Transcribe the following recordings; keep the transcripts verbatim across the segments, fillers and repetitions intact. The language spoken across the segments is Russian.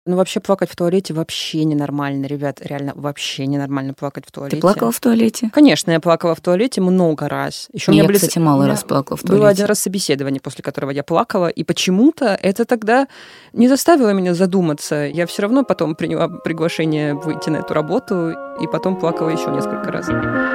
Ну, вообще плакать в туалете вообще ненормально, ребят. Реально, вообще ненормально плакать в туалете. Ты плакала в туалете? Конечно, я плакала в туалете много раз. Еще я, у меня были... кстати, мало раз плакала в туалете. Было один раз собеседование, после которого я плакала, и почему-то это тогда не заставило меня задуматься. Я все равно потом приняла приглашение выйти на эту работу, и потом плакала еще несколько раз.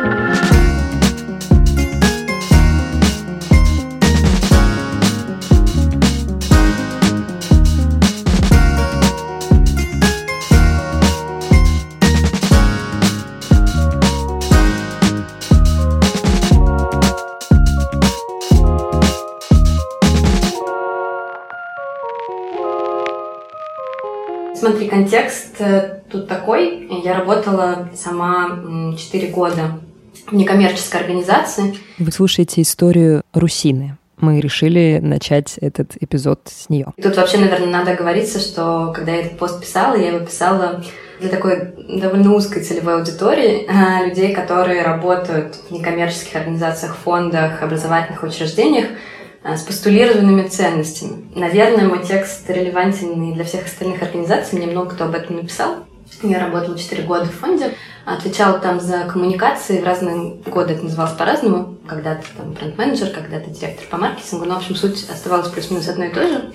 Смотри, контекст тут такой. Я работала сама четыре года в некоммерческой организации. Вы слушаете историю Русины. Мы решили начать этот эпизод с нее. Тут вообще, наверное, надо оговориться, что когда я этот пост писала, я его писала для такой довольно узкой целевой аудитории, людей, которые работают в некоммерческих организациях, фондах, образовательных учреждениях, с постулированными ценностями. Наверное, мой текст релевантен и для всех остальных организаций. Мне много кто об этом написал. Я работала четыре года в фонде, отвечала там за коммуникации. В разные годы это называлось по-разному. Когда-то там бренд-менеджер, когда-то директор по маркетингу. Но, в общем, суть оставалась плюс-минус одной и той же.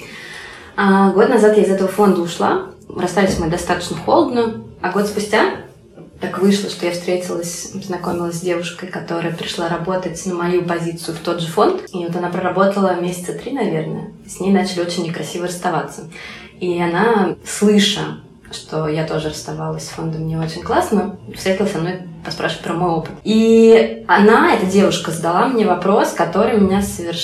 А год назад я из этого фонда ушла. Расстались мы достаточно холодно. А год спустя так вышло, что я встретилась, познакомилась с девушкой, которая пришла работать на мою позицию в тот же фонд. И вот она проработала месяца три, наверное. С ней начали очень некрасиво расставаться. И она, слыша, что я тоже расставалась с фондом не очень классно, встретилась со мной поспрашивать про мой опыт. И она, эта девушка, задала мне вопрос, который меня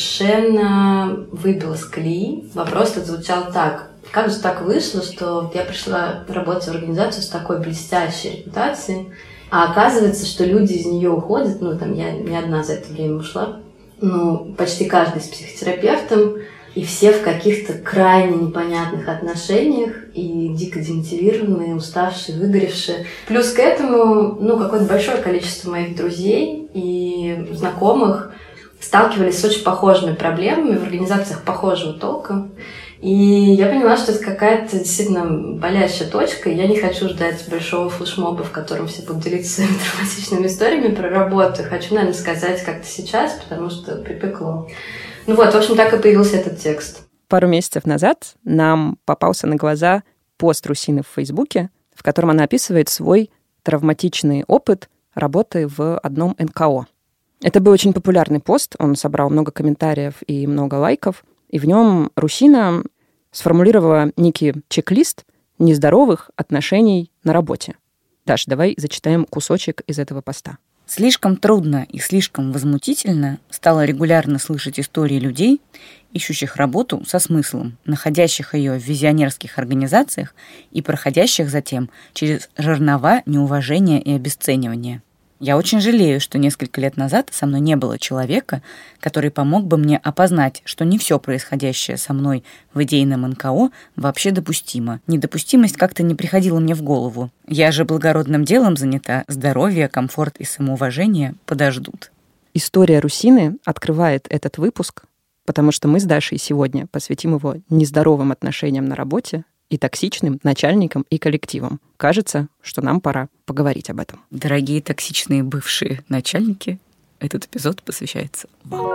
совершенно выбил из колеи. Вопрос тут звучал так. Как же так вышло, что я пришла работать в организацию с такой блестящей репутацией, а оказывается, что люди из нее уходят, ну, там, я не одна за это время ушла, ну, почти каждый с психотерапевтом, и все в каких-то крайне непонятных отношениях, и дико демотивированные, уставшие, выгоревшие. Плюс к этому, ну, какое-то большое количество моих друзей и знакомых сталкивались с очень похожими проблемами в организациях похожего толка. И я поняла, что это какая-то действительно болящая точка. Я не хочу ждать большого флешмоба, в котором все будут делиться своими драматичными историями про работу. Хочу, наверное, сказать как-то сейчас, потому что припекло. Ну вот, в общем, так и появился этот текст. Пару месяцев назад нам попался на глаза пост Русины в Фейсбуке, в котором она описывает свой травматичный опыт работы в одном эн ка о. Это был очень популярный пост, он собрал много комментариев и много лайков, и в нем Русина сформулировала некий чек-лист нездоровых отношений на работе. Даш, давай зачитаем кусочек из этого поста. Слишком трудно и слишком возмутительно стало регулярно слышать истории людей, ищущих работу со смыслом, находящих ее в визионерских организациях и проходящих затем через жернова неуважения и обесценивания. Я очень жалею, что несколько лет назад со мной не было человека, который помог бы мне опознать, что не все происходящее со мной в идейном эн ка о вообще допустимо. Недопустимость как-то не приходила мне в голову. Я же благородным делом занята, здоровье, комфорт и самоуважение подождут. История Русины открывает этот выпуск, потому что мы с Дашей сегодня посвятим его нездоровым отношениям на работе и токсичным начальникам и коллективам. Кажется, что нам пора поговорить об этом. Дорогие токсичные бывшие начальники, этот эпизод посвящается вам.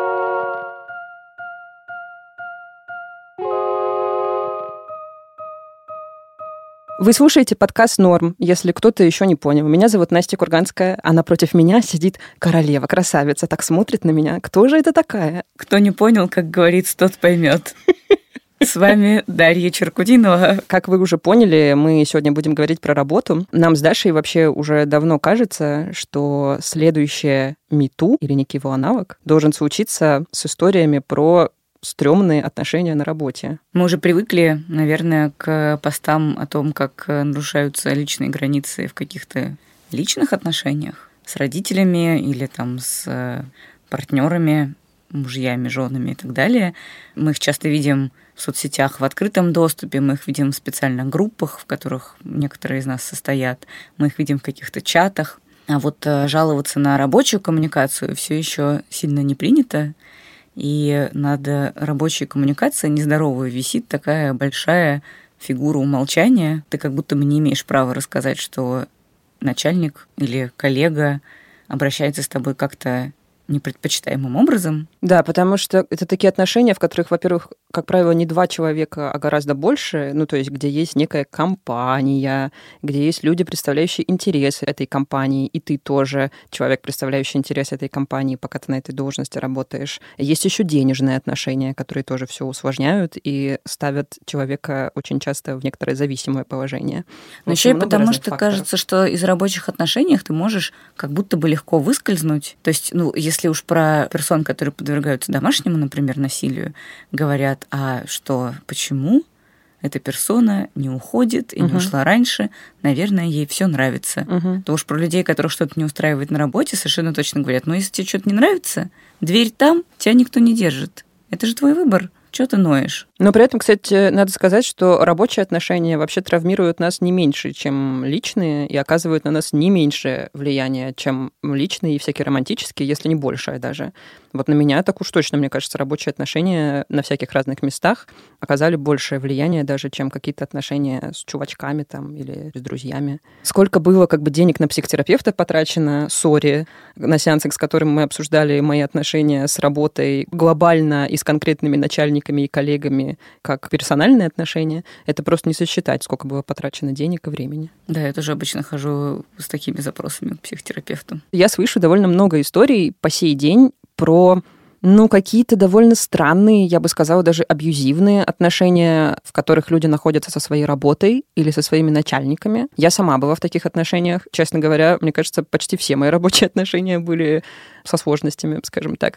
Вы слушаете подкаст «Норм», если кто-то еще не понял. Меня зовут Настя Курганская, а напротив меня сидит королева, красавица, так смотрит на меня. Кто же это такая? Кто не понял, как говорится, тот поймет. С вами Дарья Черкудинова. Как вы уже поняли, мы сегодня будем говорить про работу. Нам с Дашей вообще уже давно кажется, что следующее MeToo, или некий его аналог, должен случиться с историями про стрёмные отношения на работе. Мы уже привыкли, наверное, к постам о том, как нарушаются личные границы в каких-то личных отношениях с родителями или там с партнерами, мужьями, женами и так далее. Мы их часто видим в соцсетях в открытом доступе, мы их видим в специальных группах, в которых некоторые из нас состоят, мы их видим в каких-то чатах. А вот жаловаться на рабочую коммуникацию все еще сильно не принято, и над рабочей коммуникацией нездоровой висит такая большая фигура умолчания. Ты как будто бы не имеешь права рассказать, что начальник или коллега обращается с тобой как-то непредпочитаемым образом. Да, потому что это такие отношения, в которых, во-первых, как правило, не два человека, а гораздо больше, ну, то есть где есть некая компания, где есть люди, представляющие интересы этой компании, и ты тоже человек, представляющий интересы этой компании, пока ты на этой должности работаешь. Есть еще денежные отношения, которые тоже все усложняют и ставят человека очень часто в некоторое зависимое положение. Но еще и потому, что факторов. Кажется, что из рабочих отношений ты можешь как будто бы легко выскользнуть. То есть, ну, если уж про персон, которые подвергаются домашнему, например, насилию, говорят, а что, почему эта персона не уходит и uh-huh. не ушла раньше, наверное, ей все нравится. Uh-huh. То уж про людей, которых что-то не устраивает на работе, совершенно точно говорят, ну, если тебе что-то не нравится, дверь там, тебя никто не держит. Это же твой выбор. Чего ты ноешь? Но при этом, кстати, надо сказать, что рабочие отношения вообще травмируют нас не меньше, чем личные, и оказывают на нас не меньше влияния, чем личные и всякие романтические, если не большее даже. Вот на меня так уж точно, мне кажется, рабочие отношения на всяких разных местах оказали большее влияние даже, чем какие-то отношения с чувачками там или с друзьями. Сколько было как бы денег на психотерапевта потрачено, сори, на сеансах, с которым мы обсуждали мои отношения с работой глобально и с конкретными начальниками и коллегами, как персональные отношения, это просто не сосчитать, сколько было потрачено денег и времени. Да, я тоже обычно хожу с такими запросами к психотерапевту. Я слышу довольно много историй по сей день про, ну, какие-то довольно странные, я бы сказала, даже абьюзивные отношения, в которых люди находятся со своей работой или со своими начальниками. Я сама была в таких отношениях. Честно говоря, мне кажется, почти все мои рабочие отношения были со сложностями, скажем так.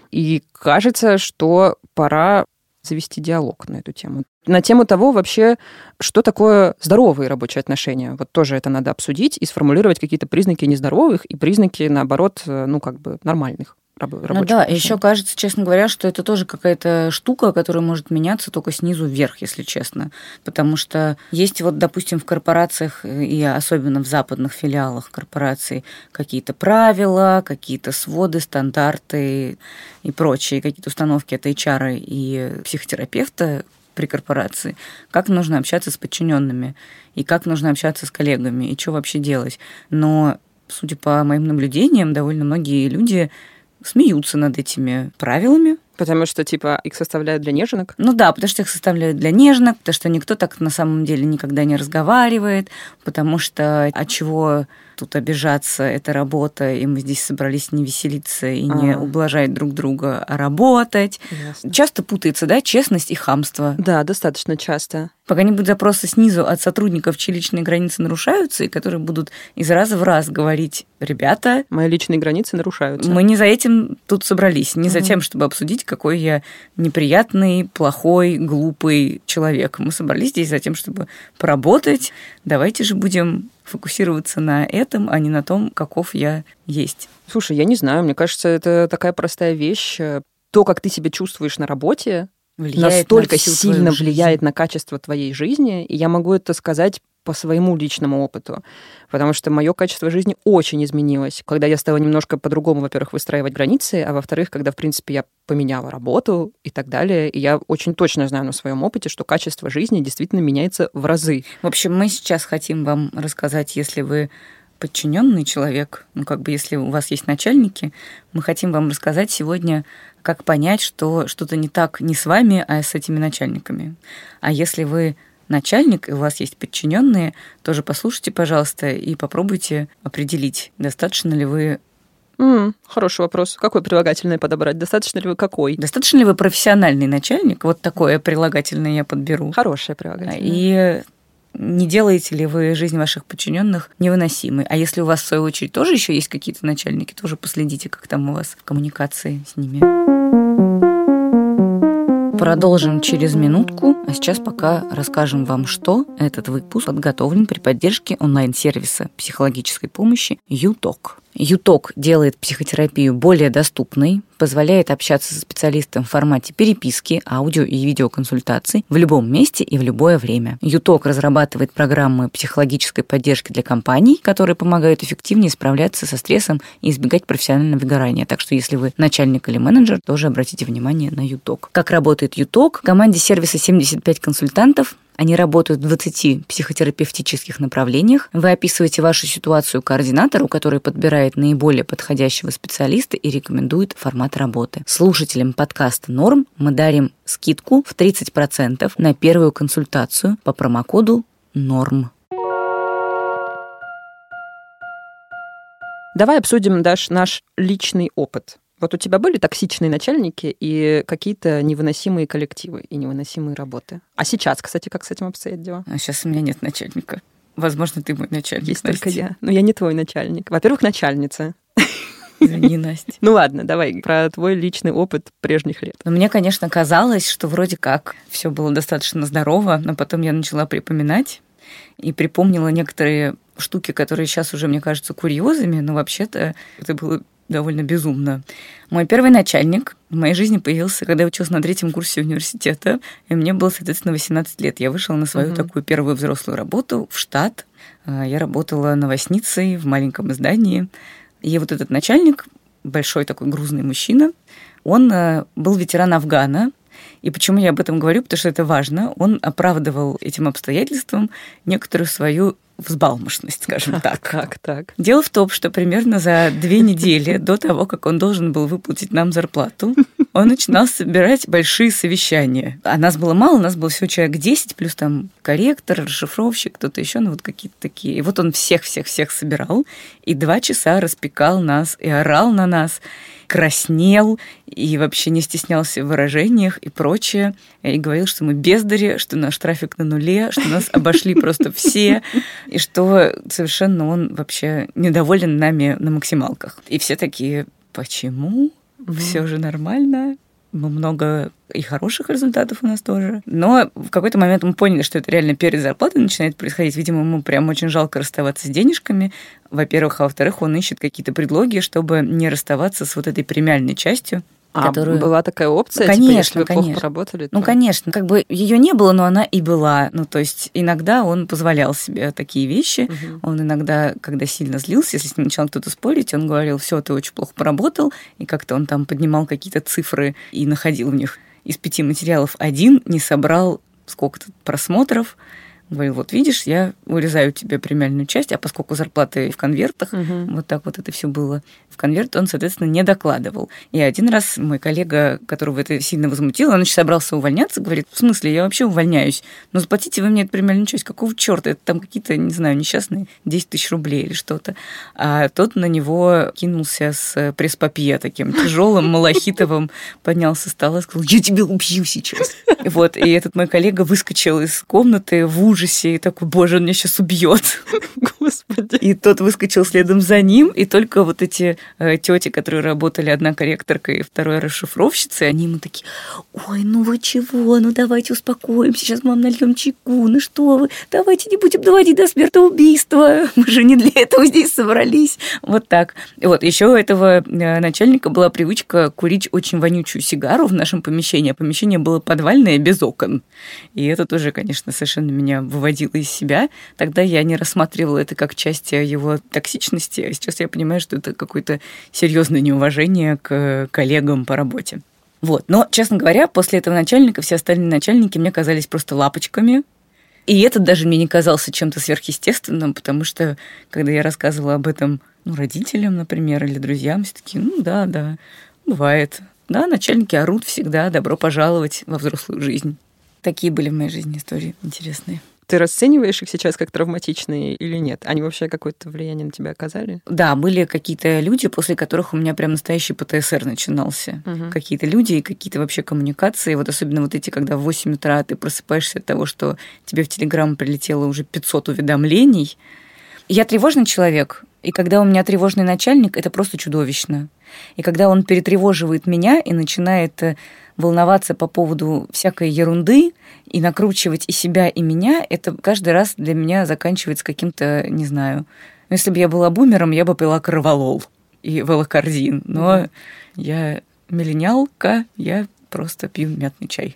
И кажется, что пора завести диалог на эту тему. На тему того вообще, что такое здоровые рабочие отношения. Вот тоже это надо обсудить и сформулировать какие-то признаки нездоровых и признаки, наоборот, ну, как бы нормальных. Ну да, еще кажется, честно говоря, что это тоже какая-то штука, которая может меняться только снизу вверх, если честно. Потому что есть вот, допустим, в корпорациях, и особенно в западных филиалах корпораций, какие-то правила, какие-то своды, стандарты и прочие какие-то установки от эйч ар и психотерапевта при корпорации, как нужно общаться с подчиненными, и как нужно общаться с коллегами, и что вообще делать. Но, судя по моим наблюдениям, довольно многие люди смеются над этими правилами. Потому что, типа, их составляют для неженок? Ну да, потому что их составляют для неженок, потому что никто так на самом деле никогда не разговаривает, потому что от чего тут обижаться, это работа, и мы здесь собрались не веселиться и А-а-а. не ублажать друг друга, а работать. Ясно. Часто путается, да, честность и хамство. Да, достаточно часто. Пока не будет запроса снизу от сотрудников, чьи личные границы нарушаются, и которые будут из раза в раз говорить: ребята, мои личные границы нарушаются. Мы не за этим тут собрались, не угу. за тем, чтобы обсудить, какой я неприятный, плохой, глупый человек. Мы собрались здесь за тем, чтобы поработать. Давайте же будем фокусироваться на этом, а не на том, каков я есть. Слушай, я не знаю, мне кажется, это такая простая вещь. То, как ты себя чувствуешь на работе, влияет настолько на сильно влияет на качество твоей жизни, и я могу это сказать по своему личному опыту, потому что мое качество жизни очень изменилось, когда я стала немножко по-другому, во-первых, выстраивать границы, а во-вторых, когда, в принципе, я поменяла работу и так далее, и я очень точно знаю на своем опыте, что качество жизни действительно меняется в разы. В общем, мы сейчас хотим вам рассказать, если вы подчиненный человек, ну, как бы если у вас есть начальники, мы хотим вам рассказать сегодня, как понять, что что-то не так не с вами, а с этими начальниками. А если вы начальник, и у вас есть подчиненные, тоже послушайте, пожалуйста, и попробуйте определить, достаточно ли вы... Mm, хороший вопрос. Какое прилагательное подобрать? Достаточно ли вы какой? Достаточно ли вы профессиональный начальник? Вот такое прилагательное я подберу. Хорошее прилагательное. И не делаете ли вы жизнь ваших подчиненных невыносимой? А если у вас, в свою очередь, тоже еще есть какие-то начальники, тоже последите, как там у вас в коммуникации с ними. Продолжим через минутку, а сейчас пока расскажем вам, что этот выпуск подготовлен при поддержке онлайн-сервиса психологической помощи ЮТОК. ЮТОК делает психотерапию более доступной, позволяет общаться со специалистом в формате переписки, аудио и видеоконсультаций в любом месте и в любое время. ЮТОК разрабатывает программы психологической поддержки для компаний, которые помогают эффективнее справляться со стрессом и избегать профессионального выгорания. Так что если вы начальник или менеджер, тоже обратите внимание на ЮТОК. Как работает ЮТОК? В команде сервиса семьдесят пять консультантов, Они работают в двадцати психотерапевтических направлениях. Вы описываете вашу ситуацию координатору, который подбирает наиболее подходящего специалиста и рекомендует формат работы. Слушателям подкаста «Норм» мы дарим скидку в тридцать процентов на первую консультацию по промокоду «Норм». Давай обсудим, Даш, наш личный опыт. Вот у тебя были токсичные начальники и какие-то невыносимые коллективы и невыносимые работы. А сейчас, кстати, как с этим обстоят дела? А сейчас у меня нет начальника. Возможно, ты мой начальник, Есть Настя. только я. Но я не твой начальник. Во-первых, начальница. Извини, Настя. Ну ладно, давай про твой личный опыт прежних лет. Но мне, конечно, казалось, что вроде как все было достаточно здорово, но потом я начала припоминать и припомнила некоторые штуки, которые сейчас уже, мне кажутся, курьезами, но вообще-то это было довольно безумно. Мой первый начальник в моей жизни появился, когда я училась на третьем курсе университета, и мне было, соответственно, восемнадцать лет. Я вышла на свою угу. такую первую взрослую работу в штат. Я работала новостницей в маленьком издании. И вот этот начальник, большой такой грузный мужчина, он был ветеран Афгана. И почему я об этом говорю? Потому что это важно. Он оправдывал этим обстоятельством некоторую свою взбалмошность, скажем так. Как так? Дело в том, что примерно за две недели до того, как он должен был выплатить нам зарплату, он начинал собирать большие совещания. А нас было мало, нас было всего человек десять, плюс там корректор, расшифровщик, кто-то еще, ну вот какие-то такие. И вот он всех-всех-всех собирал, и два часа распекал нас и орал на нас, краснел и вообще не стеснялся в выражениях и прочее. И говорил, что мы бездари, что наш трафик на нуле, что нас обошли просто все, и что совершенно он вообще недоволен нами на максималках. И все такие: почему? Все же нормально. Много и хороших результатов у нас тоже. Но в какой-то момент мы поняли, что это реально перед зарплатой начинает происходить. Видимо, ему прям очень жалко расставаться с денежками, во-первых. А во-вторых, он ищет какие-то предлоги, чтобы не расставаться с вот этой премиальной частью. А которую... была такая опция, конечно, типа, если вы конечно. плохо поработали? Ну, то... конечно. Как бы ее не было, но она и была. Ну, то есть иногда он позволял себе такие вещи. Угу. Он иногда, когда сильно злился, если с ним начал кто-то спорить, он говорил: все, ты очень плохо поработал. И как-то он там поднимал какие-то цифры и находил в них. Из пяти материалов один не собрал сколько-то просмотров. Говорил: вот видишь, я вырезаю тебе премиальную часть, а поскольку зарплаты в конвертах, угу. вот так вот это все было в конверт, он, соответственно, не докладывал. И один раз мой коллега, которого это сильно возмутило, он еще собрался увольняться, говорит: в смысле, я вообще увольняюсь, но заплатите вы мне эту премиальную часть, какого черта? Это там какие-то, не знаю, несчастные десять тысяч рублей или что-то. А тот на него кинулся с пресс-папье таким тяжелым, малахитовым, поднялся с стола и сказал: я тебя убью сейчас. Вот, и этот мой коллега выскочил из комнаты в ужасе и такой: боже, он меня сейчас убьет. Господи. И тот выскочил следом за ним, и только вот эти э, тети, которые работали, одна корректорка и вторая расшифровщица, они ему такие: ой, ну вы чего, ну давайте успокоимся, сейчас мы вам нальем чайку, ну что вы, давайте не будем доводить до смертоубийства, мы же не для этого здесь собрались. Вот так. И вот еще у этого начальника была привычка курить очень вонючую сигару в нашем помещении, а помещение было подвальное, без окон. И это тоже, конечно, совершенно меня выводило из себя. Тогда я не рассматривала это как часть его токсичности, а сейчас я понимаю, что это какое-то серьезное неуважение к коллегам по работе. Вот. Но, честно говоря, после этого начальника все остальные начальники мне казались просто лапочками. И этот даже мне не казался чем-то сверхъестественным, потому что, когда я рассказывала об этом, ну, родителям, например, или друзьям, все такие: ну да, да, бывает. Да, начальники орут всегда: добро пожаловать во взрослую жизнь. Такие были в моей жизни истории интересные. Ты расцениваешь их сейчас как травматичные или нет? Они вообще какое-то влияние на тебя оказали? Да, были какие-то люди, после которых у меня прям настоящий ПТСР начинался. Угу. Какие-то люди и какие-то вообще коммуникации. Вот особенно вот эти, когда в восемь утра ты просыпаешься от того, что тебе в Телеграм прилетело уже пятьсот уведомлений. Я тревожный человек, и когда у меня тревожный начальник, это просто чудовищно. И когда он перетревоживает меня и начинает волноваться по поводу всякой ерунды и накручивать и себя, и меня, это каждый раз для меня заканчивается каким-то, не знаю... Если бы я была бумером, я бы пила корвалол и волокордин. Но mm-hmm. я миллениалка, я просто пью мятный чай.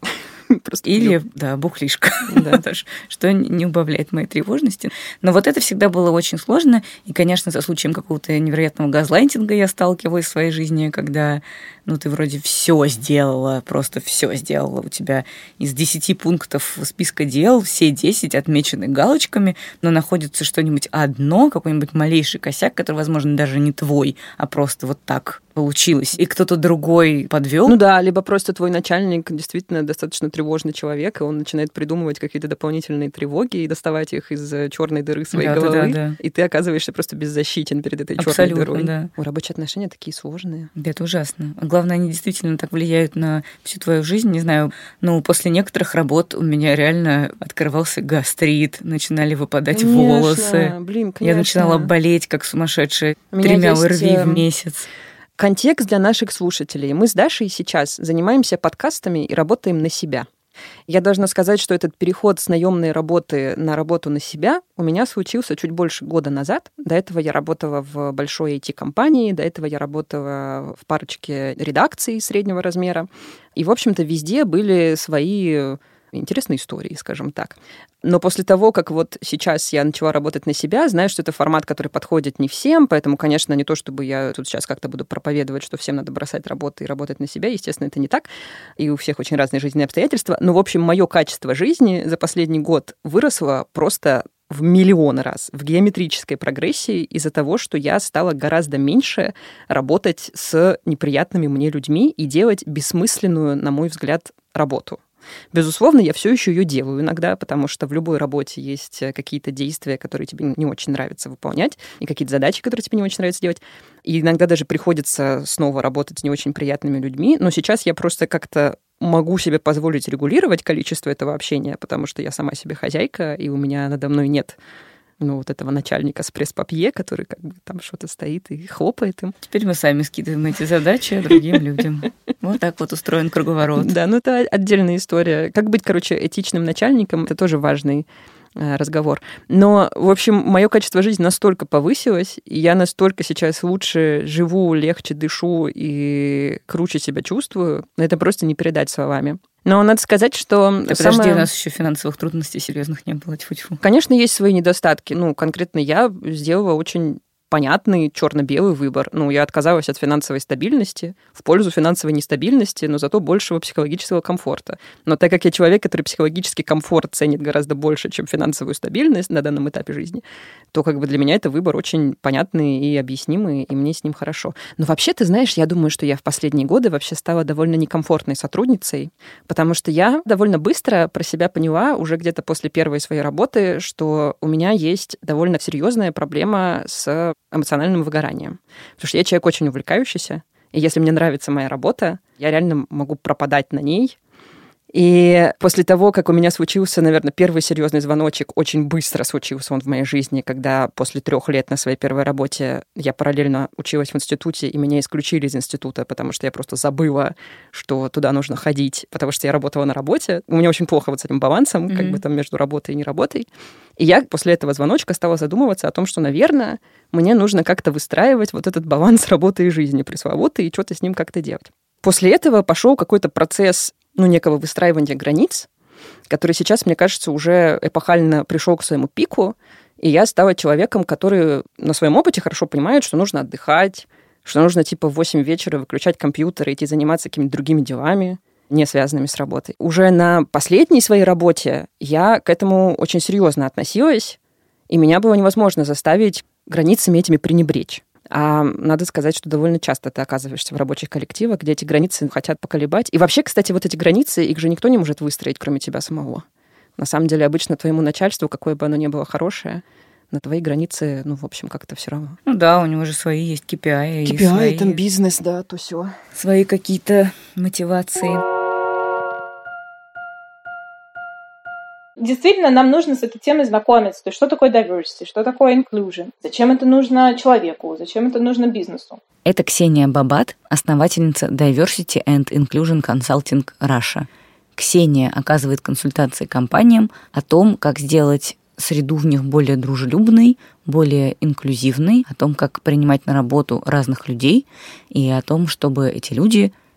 Просто Или, пью. да, бухлишка, да. Что не убавляет моей тревожности. Но вот это всегда было очень сложно. И, конечно, со случаем какого-то невероятного газлайтинга я сталкивалась в своей жизни, когда ну, ты вроде все сделала, просто все сделала. У тебя из десяти пунктов списка дел все десять отмечены галочками, но находится что-нибудь одно, какой-нибудь малейший косяк, который, возможно, даже не твой, а просто вот так получилось. И кто-то другой подвел. Ну да, либо просто твой начальник действительно достаточно тревожный человек, и он начинает придумывать какие-то дополнительные тревоги и доставать их из черной дыры своей да, головы. Да, да, да. И ты оказываешься просто беззащитен перед этой черной дырой. Да. О, рабочие отношения такие сложные. Да, это ужасно. Главное, они действительно так влияют на всю твою жизнь. Не знаю, ну, после некоторых работ у меня реально открывался гастрит, начинали выпадать конечно, волосы. Блин, конечно. Я начинала болеть, как сумасшедшая, тремя ОРВИ в месяц. Контекст для наших слушателей. Мы с Дашей сейчас занимаемся подкастами и работаем на себя. Я должна сказать, что этот переход с наемной работы на работу на себя у меня случился чуть больше года назад. До этого я работала в большой ай ти-компании, до этого я работала в парочке редакций среднего размера. И, в общем-то, везде были свои интересные истории, скажем так. Но после того, как вот сейчас я начала работать на себя, знаю, что это формат, который подходит не всем, поэтому, конечно, не то, чтобы я тут сейчас как-то буду проповедовать, что всем надо бросать работу и работать на себя. Естественно, это не так. И у всех очень разные жизненные обстоятельства. Но, в общем, мое качество жизни за последний год выросло просто в миллион раз, в геометрической прогрессии из-за того, что я стала гораздо меньше работать с неприятными мне людьми и делать бессмысленную, на мой взгляд, работу. Безусловно, я все еще ее делаю иногда, потому что в любой работе есть какие-то действия, которые тебе не очень нравится выполнять, и какие-то задачи, которые тебе не очень нравится делать. И иногда даже приходится снова работать с не очень приятными людьми. Но сейчас я просто как-то могу себе позволить регулировать количество этого общения, потому что я сама себе хозяйка, и у меня надо мной нет ну, вот этого начальника с пресс-папье, который как бы там что-то стоит и хлопает им. Теперь мы сами скидываем эти задачи другим людям. Вот так вот устроен круговорот. Да, ну это отдельная история. Как быть, короче, этичным начальником, это тоже важный разговор. Но, в общем, мое качество жизни настолько повысилось, и я настолько сейчас лучше живу, легче дышу и круче себя чувствую, это просто не передать словами. Но надо сказать, что... Да самое... подожди, у нас еще финансовых трудностей серьезных не было. Тьфу-тьфу. Конечно, есть свои недостатки. Ну, конкретно я сделала очень понятный черно-белый выбор. Ну, я отказалась от финансовой стабильности в пользу финансовой нестабильности, но зато большего психологического комфорта. Но так как я человек, который психологический комфорт ценит гораздо больше, чем финансовую стабильность на данном этапе жизни, то как бы для меня это выбор очень понятный и объяснимый, и мне с ним хорошо. Но вообще, ты знаешь, я думаю, что я в последние годы вообще стала довольно некомфортной сотрудницей, потому что я довольно быстро про себя поняла, уже где-то после первой своей работы, что у меня есть довольно серьезная проблема с эмоциональным выгоранием. Потому что я человек очень увлекающийся, и если мне нравится моя работа, я реально могу пропадать на ней. И после того, как у меня случился, наверное, первый серьезный звоночек, очень быстро случился он в моей жизни, когда после трех лет на своей первой работе я параллельно училась в институте, и меня исключили из института, потому что я просто забыла, что туда нужно ходить, потому что я работала на работе. У меня очень плохо вот с этим балансом, mm-hmm. как бы там между работой и не работой. И я после этого звоночка стала задумываться о том, что, наверное, мне нужно как-то выстраивать вот этот баланс работы и жизни пресловутый и что-то с ним как-то делать. После этого пошел какой-то процесс ну, некого выстраивания границ, который сейчас, мне кажется, уже эпохально пришел к своему пику, и я стала человеком, который на своем опыте хорошо понимает, что нужно отдыхать, что нужно типа в восемь вечера выключать компьютер и идти заниматься какими-то другими делами, не связанными с работой. Уже на последней своей работе я к этому очень серьезно относилась, и меня было невозможно заставить границами этими пренебречь. А надо сказать, что довольно часто ты оказываешься в рабочих коллективах, где эти границы хотят поколебать. И вообще, кстати, вот эти границы, их же никто не может выстроить, кроме тебя самого. На самом деле, обычно твоему начальству, какое бы оно ни было хорошее, на твои границы, ну, в общем, как-то все равно. Ну да, у него же свои есть кей пи ай. кей пи ай, свои... там бизнес, да, то все. Свои какие-то мотивации. Действительно, нам нужно с этой темой знакомиться. То есть, что такое diversity, что такое inclusion, зачем это нужно человеку, зачем это нужно бизнесу. Это Ксения Бабат, основательница Diversity and Inclusion Consulting Russia. Ксения оказывает консультации компаниям о том, как сделать среду в них более дружелюбной, более инклюзивной, о том, как принимать на работу разных людей, и о том, чтобы эти люди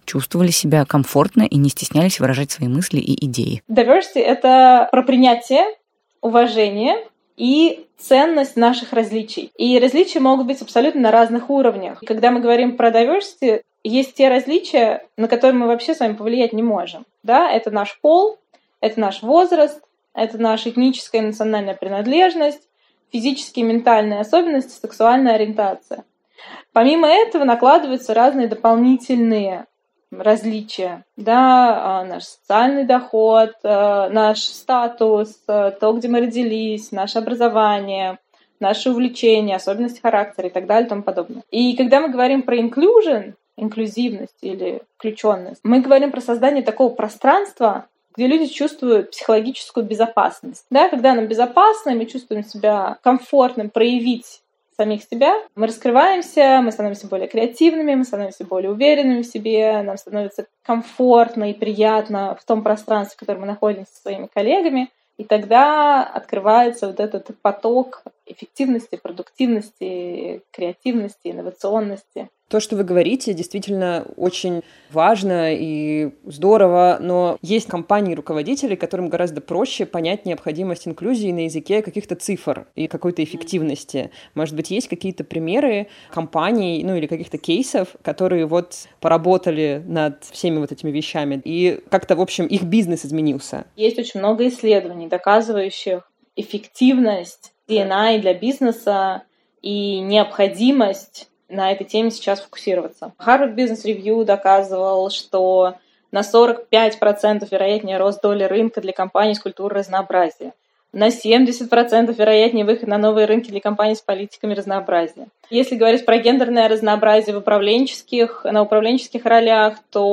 чувствовали себя комфортно и не стеснялись выражать свои мысли и идеи. Diversity — это про принятие, уважение и ценность наших различий. И различия могут быть абсолютно на разных уровнях. И когда мы говорим про diversity, есть те различия, на которые мы вообще с вами повлиять не можем. Да? Это наш пол, это наш возраст, это наша этническая и национальная принадлежность, физические и ментальные особенности, сексуальная ориентация. Помимо этого накладываются разные дополнительные различия, да, наш социальный доход, наш статус, то, где мы родились, наше образование, наши увлечения, особенности характера и так далее и тому подобное. И когда мы говорим про inclusion, инклюзивность или включенность, мы говорим про создание такого пространства, где люди чувствуют психологическую безопасность. Да, когда нам безопасно, мы чувствуем себя комфортным проявить самих себя, мы раскрываемся, мы становимся более креативными, мы становимся более уверенными в себе, нам становится комфортно и приятно в том пространстве, в котором мы находимся со своими коллегами, и тогда открывается вот этот поток эффективности, продуктивности, креативности, инновационности. То, что вы говорите, действительно очень важно и здорово, но есть компании и руководители, которым гораздо проще понять необходимость инклюзии на языке каких-то цифр и какой-то эффективности. Может быть, есть какие-то примеры компаний, ну или каких-то кейсов, которые вот поработали над всеми вот этими вещами, и как-то, в общем, их бизнес изменился? Есть очень много исследований, доказывающих эффективность ди энд ай для бизнеса и необходимость на этой теме сейчас фокусироваться. Harvard Business Review доказывал, что на сорок пять процентов вероятнее рост доли рынка для компаний с культурой разнообразия, на семьдесят процентов вероятнее выход на новые рынки для компаний с политиками разнообразия. Если говорить про гендерное разнообразие в управленческих, на управленческих ролях,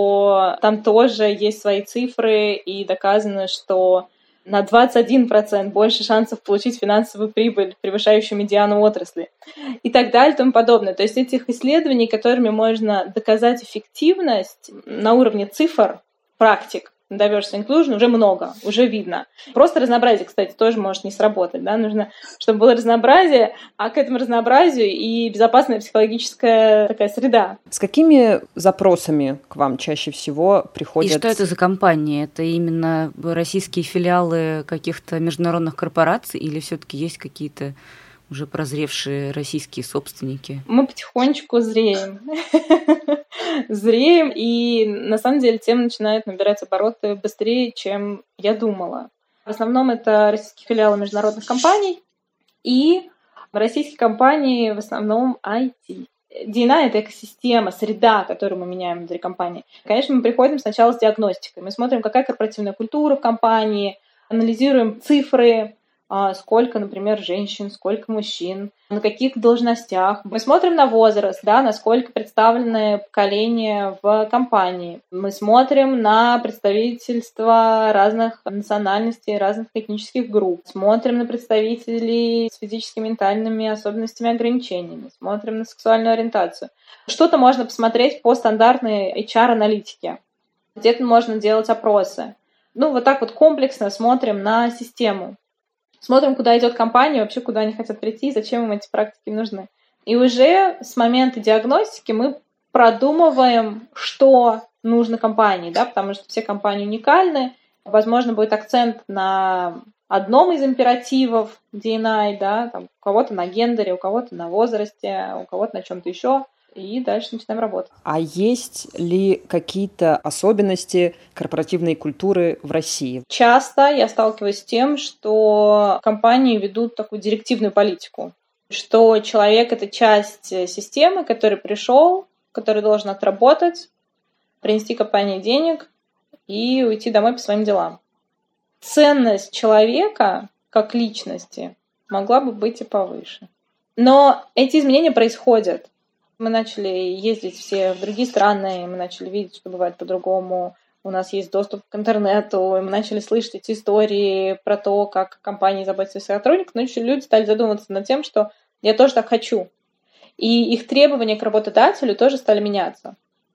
то там тоже есть свои цифры, и доказано, что на двадцать один процент больше шансов получить финансовую прибыль, превышающую медиану отрасли, и так далее и тому подобное. То есть этих исследований, которыми можно доказать эффективность на уровне цифр, практик, diversity inclusion, уже много, уже видно. Просто разнообразие, кстати, тоже может не сработать. Да? Нужно, чтобы было разнообразие, а к этому разнообразию и безопасная психологическая такая среда. С какими запросами к вам чаще всего приходят? И что это за компании? Это именно российские филиалы каких-то международных корпораций или все-таки есть какие-то уже прозревшие российские собственники? Мы потихонечку зреем. Зреем, и на самом деле тема начинает набирать обороты быстрее, чем я думала. В основном это российские филиалы международных компаний и российские компании в основном ай ти. ди энд ай — это экосистема, среда, которую мы меняем внутри компании. Конечно, мы приходим сначала с диагностикой. Мы смотрим, какая корпоративная культура в компании, анализируем цифры, сколько, например, женщин, сколько мужчин, на каких должностях. Мы смотрим на возраст, да, насколько представлены поколения в компании. Мы смотрим на представительство разных национальностей, разных этнических групп. Смотрим на представителей с физическими, ментальными особенностями и ограничениями. Смотрим на сексуальную ориентацию. Что-то можно посмотреть по стандартной эйч ар-аналитике. Где-то можно делать опросы. Ну, вот так вот комплексно смотрим на систему. Смотрим, куда идет компания, вообще куда они хотят прийти, зачем им эти практики нужны. И уже с момента диагностики мы продумываем, что нужно компании, да, потому что все компании уникальны. Возможно, будет акцент на одном из императивов ди энд ай, да, там, у кого-то на гендере, у кого-то на возрасте, у кого-то на чем-то еще. И дальше начинаем работать. А есть ли какие-то особенности корпоративной культуры в России? Часто я сталкиваюсь с тем, что компании ведут такую директивную политику, что человек — это часть системы, который пришел, который должен отработать, принести компании денег и уйти домой по своим делам. Ценность человека как личности могла бы быть и повыше. Но эти изменения происходят. Мы начали ездить все в другие страны, мы начали видеть, что бывает по-другому. У нас есть доступ к интернету, и мы начали слышать эти истории про то, как компании заботятся о сотрудниках, но еще люди стали задумываться над тем, что я тоже так хочу. И их требования к работодателю тоже стали меняться.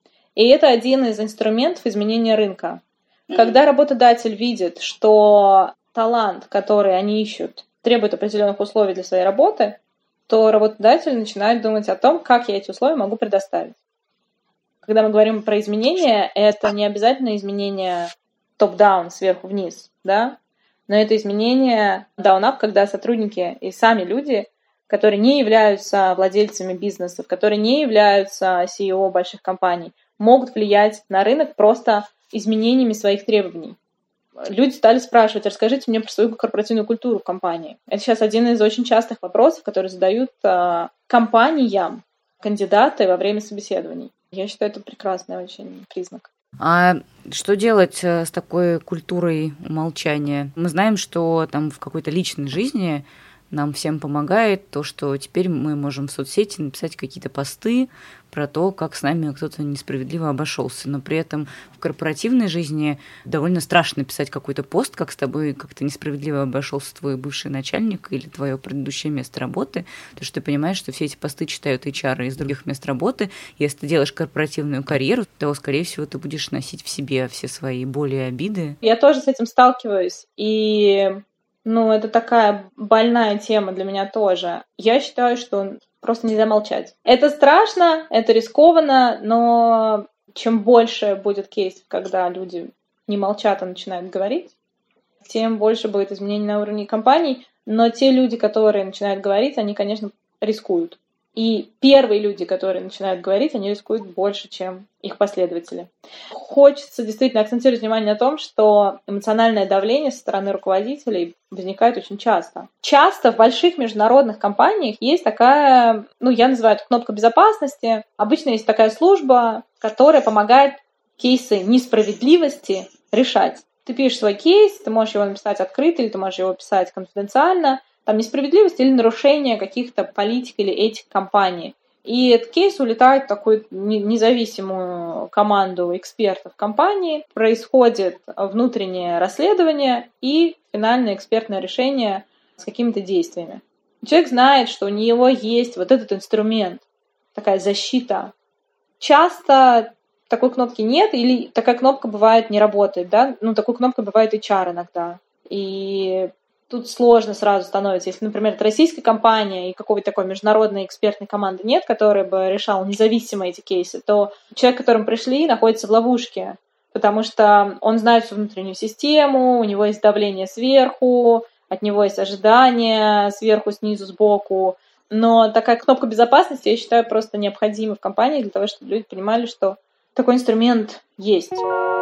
И это один из инструментов изменения рынка. Когда работодатель видит, что талант, который они ищут, требует определенных условий для своей работы, то работодатель начинает думать о том, как я эти условия могу предоставить. Когда мы говорим про изменения, это не обязательно изменения топ-даун, сверху вниз, да, но это изменения down-up, когда сотрудники и сами люди, которые не являются владельцами бизнесов, которые не являются си и о больших компаний, могут влиять на рынок просто изменениями своих требований. Люди стали спрашивать: расскажите мне про свою корпоративную культуру в компании. Это сейчас один из очень частых вопросов, которые задают э, компаниям кандидаты во время собеседований. Я считаю, это прекрасный очень признак. А что делать с такой культурой умолчания? Мы знаем, что там в какой-то личной жизни нам всем помогает то, что теперь мы можем в соцсети написать какие-то посты про то, как с нами кто-то несправедливо обошелся. Но при этом в корпоративной жизни довольно страшно писать какой-то пост, как с тобой как-то несправедливо обошелся твой бывший начальник или твое предыдущее место работы. Потому что ты понимаешь, что все эти посты читают эйч ар из других мест работы. Если ты делаешь корпоративную карьеру, то, скорее всего, ты будешь носить в себе все свои боли и обиды. Я тоже с этим сталкиваюсь. И... Ну, это такая больная тема для меня тоже. Я считаю, что просто нельзя молчать. Это страшно, это рискованно, но чем больше будет кейсов, когда люди не молчат, а начинают говорить, тем больше будет изменений на уровне компаний. Но те люди, которые начинают говорить, они, конечно, рискуют. И первые люди, которые начинают говорить, они рискуют больше, чем их последователи. Хочется действительно акцентировать внимание на том, что эмоциональное давление со стороны руководителей возникает очень часто. Часто в больших международных компаниях есть такая, ну, я называю это кнопка безопасности. Обычно есть такая служба, которая помогает кейсы несправедливости решать. Ты пишешь свой кейс, ты можешь его написать открыто, или ты можешь его писать конфиденциально. Там несправедливость или нарушение каких-то политик или этик компании. И этот кейс улетает в такую независимую команду экспертов компании, происходит внутреннее расследование и финальное экспертное решение с какими-то действиями. Человек знает, что у него есть вот этот инструмент, такая защита. Часто такой кнопки нет, или такая кнопка бывает не работает, да? Ну, такой кнопкой бывает эйч ар иногда. И тут сложно сразу становится. Если, например, это российская компания и какой-то такой международной экспертной команды нет, которая бы решала независимо эти кейсы, то человек, к которому пришли, находится в ловушке, потому что он знает всю внутреннюю систему, у него есть давление сверху, от него есть ожидания сверху, снизу, сбоку. Но такая кнопка безопасности, я считаю, просто необходима в компании для того, чтобы люди понимали, что такой инструмент есть.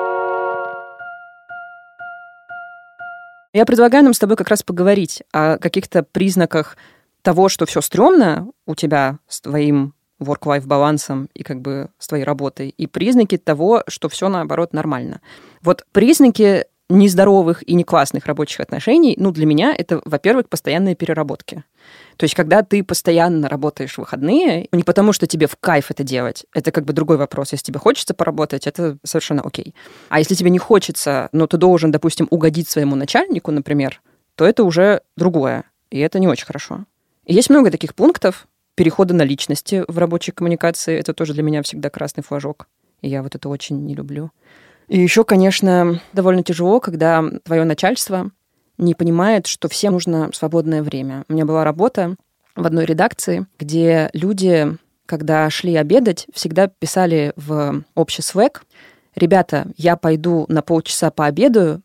Я предлагаю нам с тобой как раз поговорить о каких-то признаках того, что все стрёмно у тебя с твоим work-life балансом и как бы с твоей работой, и признаки того, что все наоборот нормально. Вот признаки нездоровых и не классных рабочих отношений, ну, для меня это, во-первых, постоянные переработки. То есть, когда ты постоянно работаешь в выходные, не потому что тебе в кайф это делать, это как бы другой вопрос. Если тебе хочется поработать, это совершенно окей. А если тебе не хочется, но ты должен, допустим, угодить своему начальнику, например, то это уже другое, и это не очень хорошо. И есть много таких пунктов перехода на личности в рабочей коммуникации. Это тоже для меня всегда красный флажок, и я вот это очень не люблю. И еще, конечно, довольно тяжело, когда твое начальство не понимает, что всем нужно свободное время. У меня была работа в одной редакции, где люди, когда шли обедать, всегда писали в общий Slack: «Ребята, я пойду на полчаса пообедаю,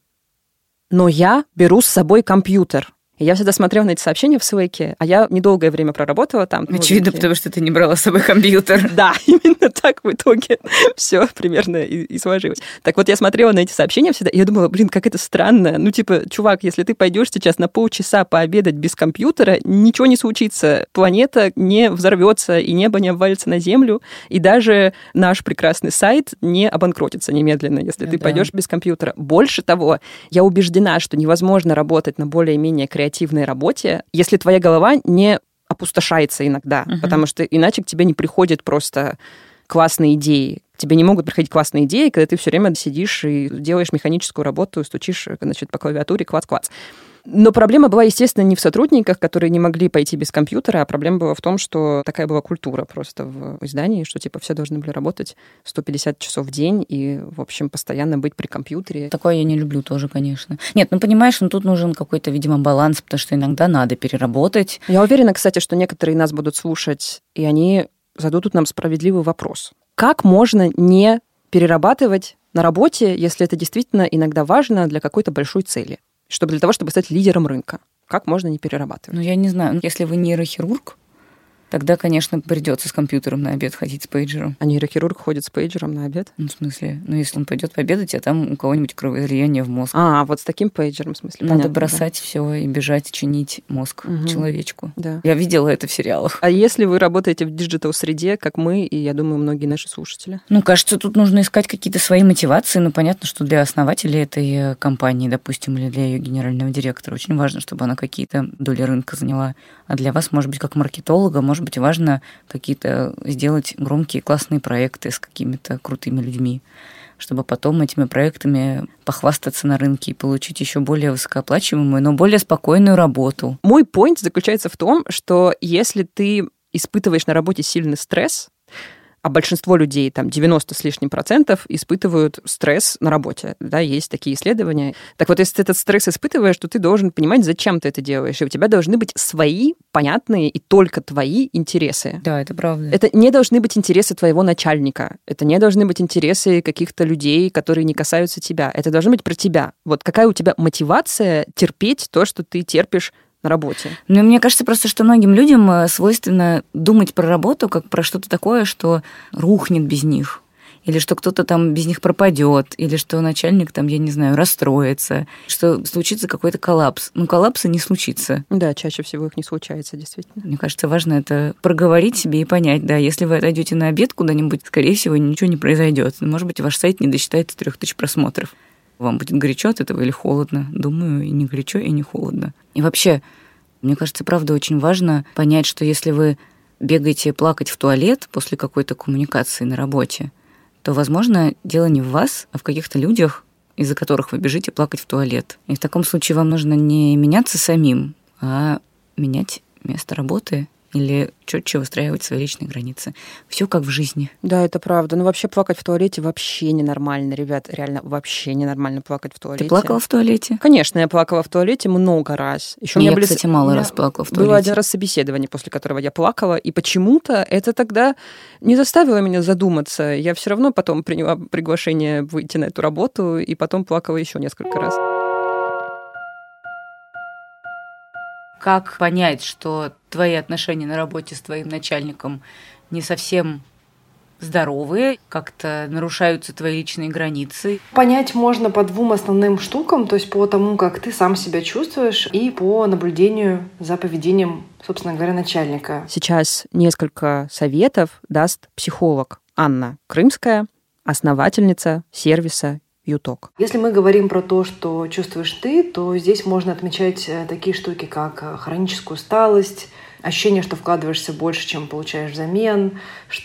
но я беру с собой компьютер». И я всегда смотрела на эти сообщения в Slack, а я недолгое время проработала там. Очевидно, потому что ты не брала с собой компьютер. Да, именно так в итоге все примерно и, и сложилось. Так вот, я смотрела на эти сообщения всегда, и я думала, блин, как это странно. Ну, типа, чувак, если ты пойдешь сейчас на полчаса пообедать без компьютера, ничего не случится. Планета не взорвется, и небо не обвалится на Землю, и даже наш прекрасный сайт не обанкротится немедленно, если ну, ты да. пойдешь без компьютера. Больше того, я убеждена, что невозможно работать на более-менее креативной креативной работе, если твоя голова не опустошается иногда, uh-huh. потому что иначе к тебе не приходят просто классные идеи. К тебе не могут приходить классные идеи, когда ты все время сидишь и делаешь механическую работу, стучишь, значит, по клавиатуре, клац-клац. Но проблема была, естественно, не в сотрудниках, которые не могли пойти без компьютера, а проблема была в том, что такая была культура просто в издании, что типа все должны были работать сто пятьдесят часов в день и, в общем, постоянно быть при компьютере. Такое я не люблю тоже, конечно. Нет, ну понимаешь, ну тут нужен какой-то, видимо, баланс, потому что иногда надо переработать. Я уверена, кстати, что некоторые нас будут слушать, и они зададут нам справедливый вопрос. Как можно не перерабатывать на работе, если это действительно иногда важно для какой-то большой цели, чтобы для того, чтобы стать лидером рынка? Как можно не перерабатывать? Ну, я не знаю. Если вы нейрохирург, тогда, конечно, придется с компьютером на обед ходить с пейджером. А нейрохирург ходит с пейджером на обед? Ну, в смысле, ну, если он пойдет пообедать, а там у кого-нибудь кровоизлияние в мозг. А, вот с таким пейджером, в смысле. Надо понятно, бросать да. все и бежать, чинить мозг угу. человечку. Да. Я видела это в сериалах. А если вы работаете в диджитал-среде, как мы, и, я думаю, многие наши слушатели? Ну, кажется, тут нужно искать какие-то свои мотивации. Ну, понятно, что для основателей этой компании, допустим, или для ее генерального директора очень важно, чтобы она какие-то доли рынка заняла. А для вас, может быть, как маркетолога, может быть, важно какие-то сделать громкие классные проекты с какими-то крутыми людьми, чтобы потом этими проектами похвастаться на рынке и получить еще более высокооплачиваемую, но более спокойную работу. Мой поинт заключается в том, что если ты испытываешь на работе сильный стресс, а большинство людей, там девяносто с лишним процентов, испытывают стресс на работе. Да, есть такие исследования. Так вот, если ты этот стресс испытываешь, то ты должен понимать, зачем ты это делаешь. И у тебя должны быть свои, понятные и только твои интересы. Да, это правда. Это не должны быть интересы твоего начальника. Это не должны быть интересы каких-то людей, которые не касаются тебя. Это должно быть про тебя. Вот какая у тебя мотивация терпеть то, что ты терпишь на работе. Ну, мне кажется просто, что многим людям свойственно думать про работу как про что-то такое, что рухнет без них, или что кто-то там без них пропадет, или что начальник там, я не знаю, расстроится, что случится какой-то коллапс. Ну, коллапса не случится. Да, чаще всего их не случается, действительно. Мне кажется, важно это проговорить себе и понять, да, если вы отойдете на обед куда-нибудь, скорее всего, ничего не произойдет. Может быть, ваш сайт не досчитается трех тысяч просмотров. Вам будет горячо от этого или холодно? Думаю, и не горячо, и не холодно. И вообще, мне кажется, правда очень важно понять, что если вы бегаете плакать в туалет после какой-то коммуникации на работе, то, возможно, дело не в вас, а в каких-то людях, из-за которых вы бежите плакать в туалет. И в таком случае вам нужно не меняться самим, а менять место работы или четче выстраивать свои личные границы. Все как в жизни. Да, это правда. Ну, вообще плакать в туалете вообще ненормально, ребят. Реально, вообще ненормально плакать в туалете. Ты плакала в туалете? Конечно, я плакала в туалете много раз. Еще я, у меня были... кстати, мало раз плакала в туалете. Было один раз собеседование, после которого я плакала, и почему-то это тогда не заставило меня задуматься. Я все равно потом приняла приглашение выйти на эту работу, и потом плакала еще несколько раз. Как понять, что твои отношения на работе с твоим начальником не совсем здоровые, как-то нарушаются твои личные границы? Понять можно по двум основным штукам, то есть по тому, как ты сам себя чувствуешь, и по наблюдению за поведением, собственно говоря, начальника. Сейчас несколько советов даст психолог Анна Крымская, основательница сервиса Юток. Если мы говорим про то, что чувствуешь ты, то здесь можно отмечать такие штуки, как хроническую усталость, ощущение, что вкладываешься больше, чем получаешь взамен,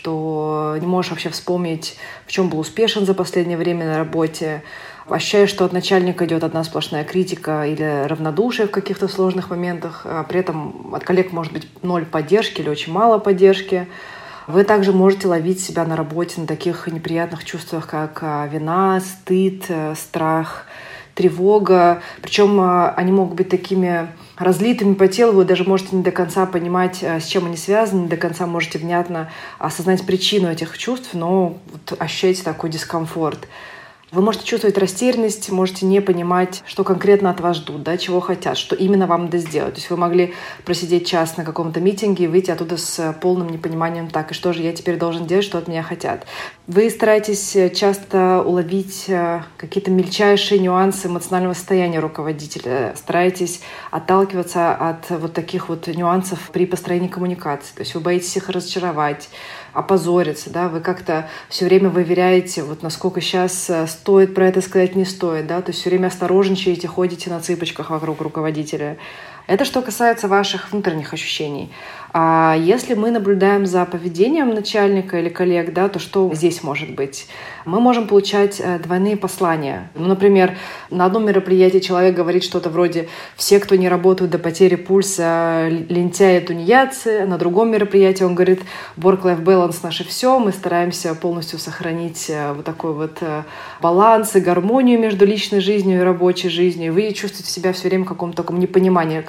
что не можешь вообще вспомнить, в чем был успешен за последнее время на работе, ощущаешь, что от начальника идет одна сплошная критика или равнодушие в каких-то сложных моментах, а при этом от коллег может быть ноль поддержки или очень мало поддержки. Вы также можете ловить себя на работе на таких неприятных чувствах, как вина, стыд, страх, тревога. Причем они могут быть такими разлитыми по телу, вы даже можете не до конца понимать, с чем они связаны, не до конца можете внятно осознать причину этих чувств, но вот ощущаете такой дискомфорт. Вы можете чувствовать растерянность, можете не понимать, что конкретно от вас ждут, да, чего хотят, что именно вам надо сделать. То есть вы могли просидеть час на каком-то митинге и выйти оттуда с полным непониманием, так, и что же я теперь должен делать, что от меня хотят. Вы стараетесь часто уловить какие-то мельчайшие нюансы эмоционального состояния руководителя, стараетесь отталкиваться от вот таких вот нюансов при построении коммуникации. То есть вы боитесь их разочаровать, опозориться, да, вы как-то все время выверяете, вот насколько сейчас стоит про это сказать, не стоит, да, то есть все время осторожничаете, ходите на цыпочках вокруг руководителя. Это что касается ваших внутренних ощущений. А если мы наблюдаем за поведением начальника или коллег, да, то что здесь может быть? Мы можем получать двойные послания. Ну, например, на одном мероприятии человек говорит что-то вроде «все, кто не работают до потери пульса, лентяи, тунеядцы». На другом мероприятии он говорит «work-life balance — наше все, мы стараемся полностью сохранить вот такой вот баланс и гармонию между личной жизнью и рабочей жизнью». И вы чувствуете себя все время в каком-то таком непонимании,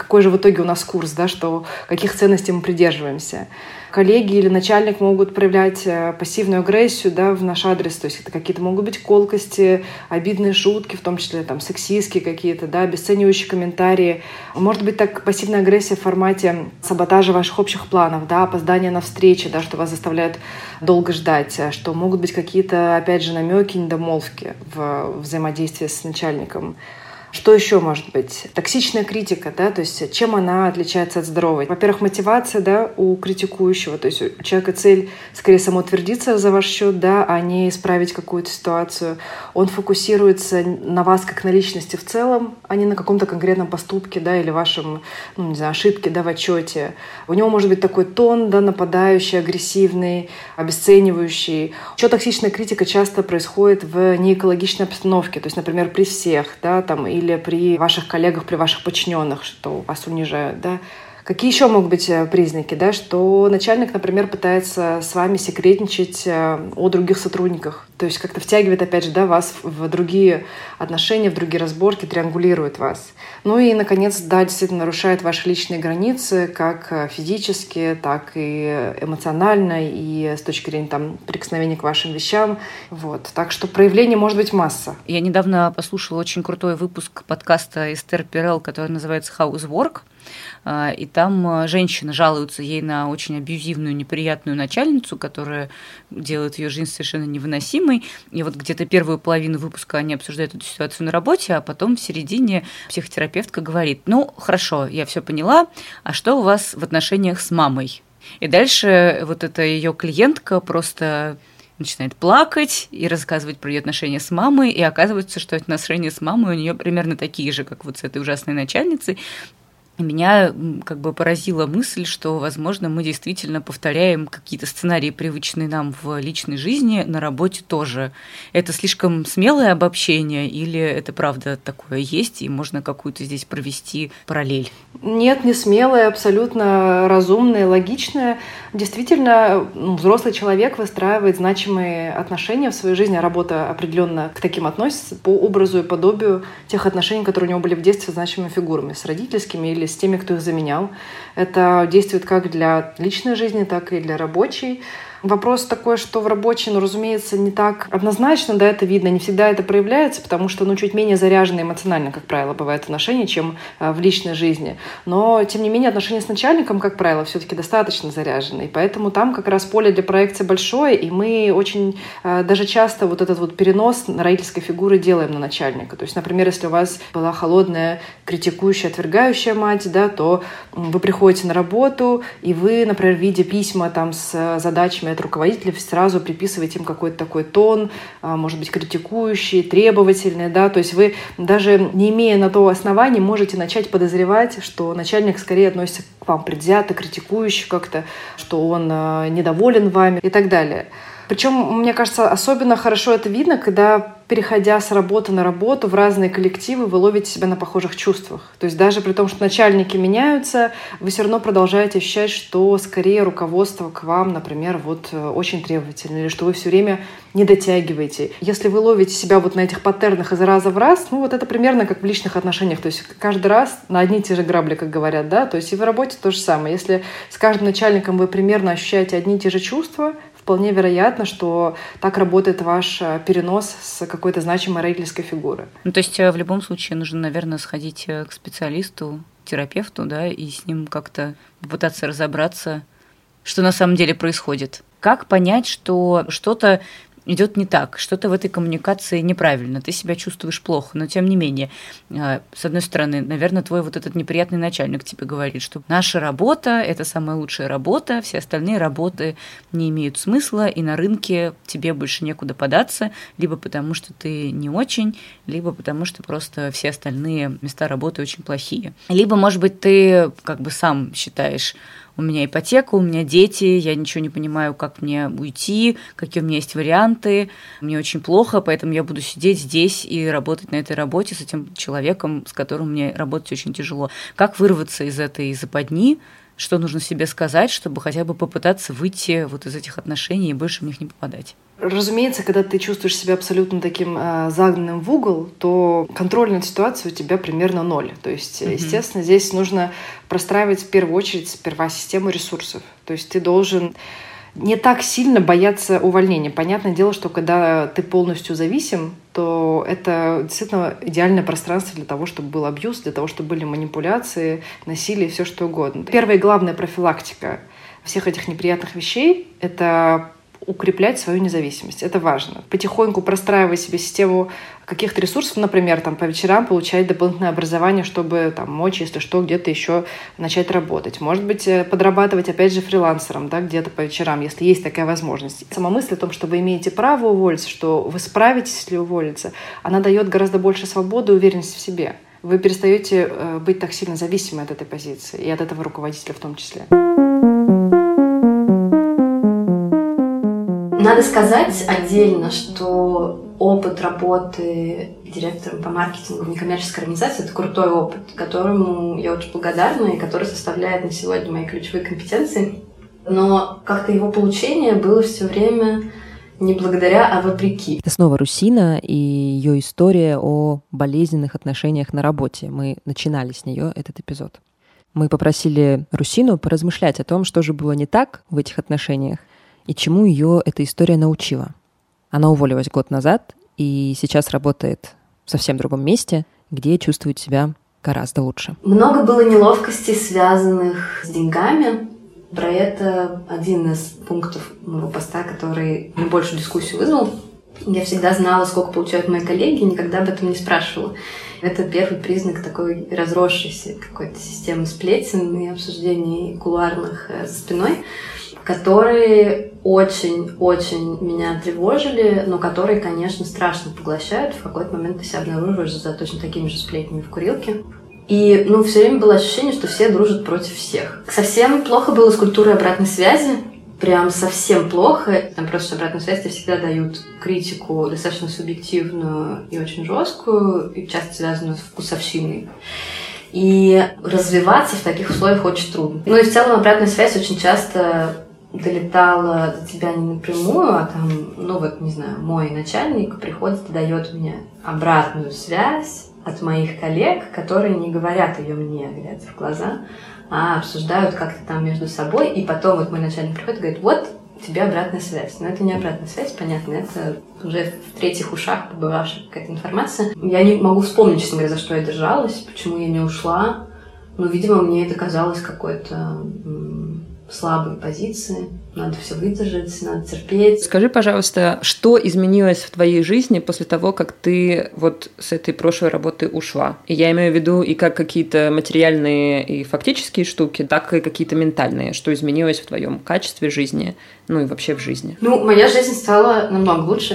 какой же в итоге у нас курс, да, что, каких ценностей мы придерживаемся. Коллеги или начальник могут проявлять пассивную агрессию, да, в наш адрес, то есть это какие-то могут быть колкости, обидные шутки, в том числе там сексистские какие-то, да, обесценивающие комментарии. Может быть так пассивная агрессия в формате саботажа ваших общих планов, да, опоздания на встречи, да, что вас заставляют долго ждать, что могут быть какие-то, опять же, намеки, недомолвки в взаимодействии с начальником. Что еще может быть? Токсичная критика, да, то есть чем она отличается от здоровой? Во-первых, мотивация, да, у критикующего, то есть у человека цель скорее самоутвердиться за ваш счет, да, а не исправить какую-то ситуацию. Он фокусируется на вас как на личности в целом, а не на каком-то конкретном поступке, да, или вашем, ну, не знаю, ошибке, да, в отчете. У него может быть такой тон, да, нападающий, агрессивный, обесценивающий. Еще токсичная критика часто происходит в неэкологичной обстановке, то есть, например, при всех, да, там, и или при ваших коллегах, при ваших подчиненных, что вас унижают, да. Какие еще могут быть признаки, да, что начальник, например, пытается с вами секретничать о других сотрудниках, то есть как-то втягивает, опять же, да, вас в другие отношения, в другие разборки, триангулирует вас. Ну и, наконец, да, действительно нарушает ваши личные границы, как физически, так и эмоционально, и с точки зрения там прикосновения к вашим вещам. Вот. Так что проявлений может быть масса. Я недавно послушала очень крутой выпуск подкаста Эстер Перел, который называется «Housework». И там женщины жалуются ей на очень абьюзивную, неприятную начальницу, которая делает ее жизнь совершенно невыносимой. И вот где-то первую половину выпуска они обсуждают эту ситуацию на работе, а потом в середине психотерапевтка говорит: ну, хорошо, я все поняла, а что у вас в отношениях с мамой? И дальше вот эта ее клиентка просто начинает плакать и рассказывать про ее отношения с мамой, и оказывается, что отношения с мамой у нее примерно такие же, как вот с этой ужасной начальницей. И меня как бы поразила мысль, что, возможно, мы действительно повторяем какие-то сценарии, привычные нам в личной жизни, на работе тоже. Это слишком смелое обобщение или это правда такое есть, и можно какую-то здесь провести параллель? Нет, не смелое, абсолютно разумное, логичное. Действительно, ну, взрослый человек выстраивает значимые отношения в своей жизни, а работа определенно к таким относится по образу и подобию тех отношений, которые у него были в детстве с значимыми фигурами, с родительскими или с теми, кто их заменял. Это действует как для личной жизни, так и для рабочей. Вопрос такой, что в рабочей, ну, разумеется, не так однозначно, да, это видно, не всегда это проявляется, потому что, ну, чуть менее заряженные эмоционально, как правило, бывают отношения, чем в личной жизни. Но, тем не менее, отношения с начальником, как правило, все-таки достаточно заряжены, и поэтому там как раз поле для проекции большое, и мы очень даже часто вот этот вот перенос на родительской фигуры делаем на начальника. То есть, например, если у вас была холодная, критикующая, отвергающая мать, да, то вы приходите на работу, и вы, например, видя письма там с задачами от руководителей, сразу приписываете им какой-то такой тон, может быть, критикующий, требовательный, да, то есть вы даже не имея на то оснований можете начать подозревать, что начальник скорее относится к вам предвзято, критикующе как-то, что он недоволен вами и так далее. Причем, мне кажется, особенно хорошо это видно, когда, переходя с работы на работу в разные коллективы, вы ловите себя на похожих чувствах. То есть даже при том, что начальники меняются, вы все равно продолжаете ощущать, что скорее руководство к вам, например, вот очень требовательно, или что вы все время не дотягиваете. Если вы ловите себя вот на этих паттернах из раза в раз, ну вот это примерно как в личных отношениях. То есть каждый раз на одни и те же грабли, как говорят, да. То есть и в работе то же самое. Если с каждым начальником вы примерно ощущаете одни и те же чувства, вполне вероятно, что так работает ваш перенос с какой-то значимой родительской фигуры. Ну, то есть в любом случае нужно, наверное, сходить к специалисту, терапевту, да, и с ним как-то попытаться разобраться, что на самом деле происходит. Как понять, что что-то идет не так, что-то в этой коммуникации неправильно, ты себя чувствуешь плохо, но тем не менее, с одной стороны, наверное, твой вот этот неприятный начальник тебе говорит, что наша работа – это самая лучшая работа, все остальные работы не имеют смысла, и на рынке тебе больше некуда податься, либо потому что ты не очень, либо потому что просто все остальные места работы очень плохие. Либо, может быть, ты как бы сам считаешь, у меня ипотека, у меня дети, я ничего не понимаю, как мне уйти, какие у меня есть варианты, мне очень плохо, поэтому я буду сидеть здесь и работать на этой работе с этим человеком, с которым мне работать очень тяжело. Как вырваться из этой западни, Что нужно себе сказать, чтобы хотя бы попытаться выйти вот из этих отношений и больше в них не попадать? Разумеется, когда ты чувствуешь себя абсолютно таким э, загнанным в угол, то контроль над ситуацией у тебя примерно ноль. То есть, mm-hmm. естественно, здесь нужно простраивать в первую очередь сперва систему ресурсов. То есть ты должен не так сильно бояться увольнения. Понятное дело, что когда ты полностью зависим, то это действительно идеальное пространство для того, чтобы был абьюз, для того, чтобы были манипуляции, насилие, все что угодно. Первая и главная профилактика всех этих неприятных вещей — это укреплять свою независимость. Это важно. Потихоньку простраивать себе систему каких-то ресурсов, например, там, по вечерам получать дополнительное образование, чтобы там, мочь, если что, где-то еще начать работать. Может быть, подрабатывать, опять же, фрилансером, да, где-то по вечерам, если есть такая возможность. Сама мысль о том, что вы имеете право уволиться, что вы справитесь, если уволиться, она дает гораздо больше свободы и уверенности в себе. Вы перестаете быть так сильно зависимы от этой позиции и от этого руководителя в том числе. Надо сказать отдельно, что опыт работы директором по маркетингу в некоммерческой организации — это крутой опыт, которому я очень благодарна и который составляет на сегодня мои ключевые компетенции. Но как-то его получение было все время не благодаря, а вопреки. Это снова Русина и ее история о болезненных отношениях на работе. Мы начинали с нее этот эпизод. Мы попросили Русину поразмышлять о том, что же было не так в этих отношениях, и чему ее эта история научила. Она уволилась год назад и сейчас работает в совсем другом месте, где чувствует себя гораздо лучше. Много было неловкостей, связанных с деньгами. Про это один из пунктов моего поста, который наибольшую дискуссию вызвал. Я всегда знала, сколько получают мои коллеги, и никогда об этом не спрашивала. Это первый признак такой разросшейся какой-то системы сплетен и обсуждений кулуарных за спиной, которые очень-очень меня тревожили, но которые, конечно, страшно поглощают. В какой-то момент ты себя обнаруживаешь за точно такими же сплетнями в курилке. И, ну, все время было ощущение, что все дружат против всех. Совсем плохо было с культурой обратной связи. Прям совсем плохо. Там просто обратную связь всегда дают критику достаточно субъективную и очень жесткую, и часто связанную с вкусовщиной. И развиваться в таких условиях очень трудно. Ну и в целом обратная связь очень часто долетала до тебя не напрямую, а там, ну вот, не знаю, мой начальник приходит и дает мне обратную связь от моих коллег, которые не говорят ее мне, глядя в глаза, а обсуждают как-то там между собой. И потом вот мой начальник приходит и говорит: вот тебе обратная связь. Но это не обратная связь, понятно, это уже в третьих ушах побывавшая какая-то информация. Я не могу вспомнить, честно говоря, за что я держалась, почему я не ушла. Но, видимо, мне это казалось какой-то м- слабой позиции. Надо все выдержать, надо терпеть. Скажи, пожалуйста, что изменилось в твоей жизни после того, как ты вот с этой прошлой работы ушла? И я имею в виду и как какие-то материальные и фактические штуки, так и какие-то ментальные. Что изменилось в твоем качестве жизни, ну и вообще в жизни? Ну, моя жизнь стала намного лучше.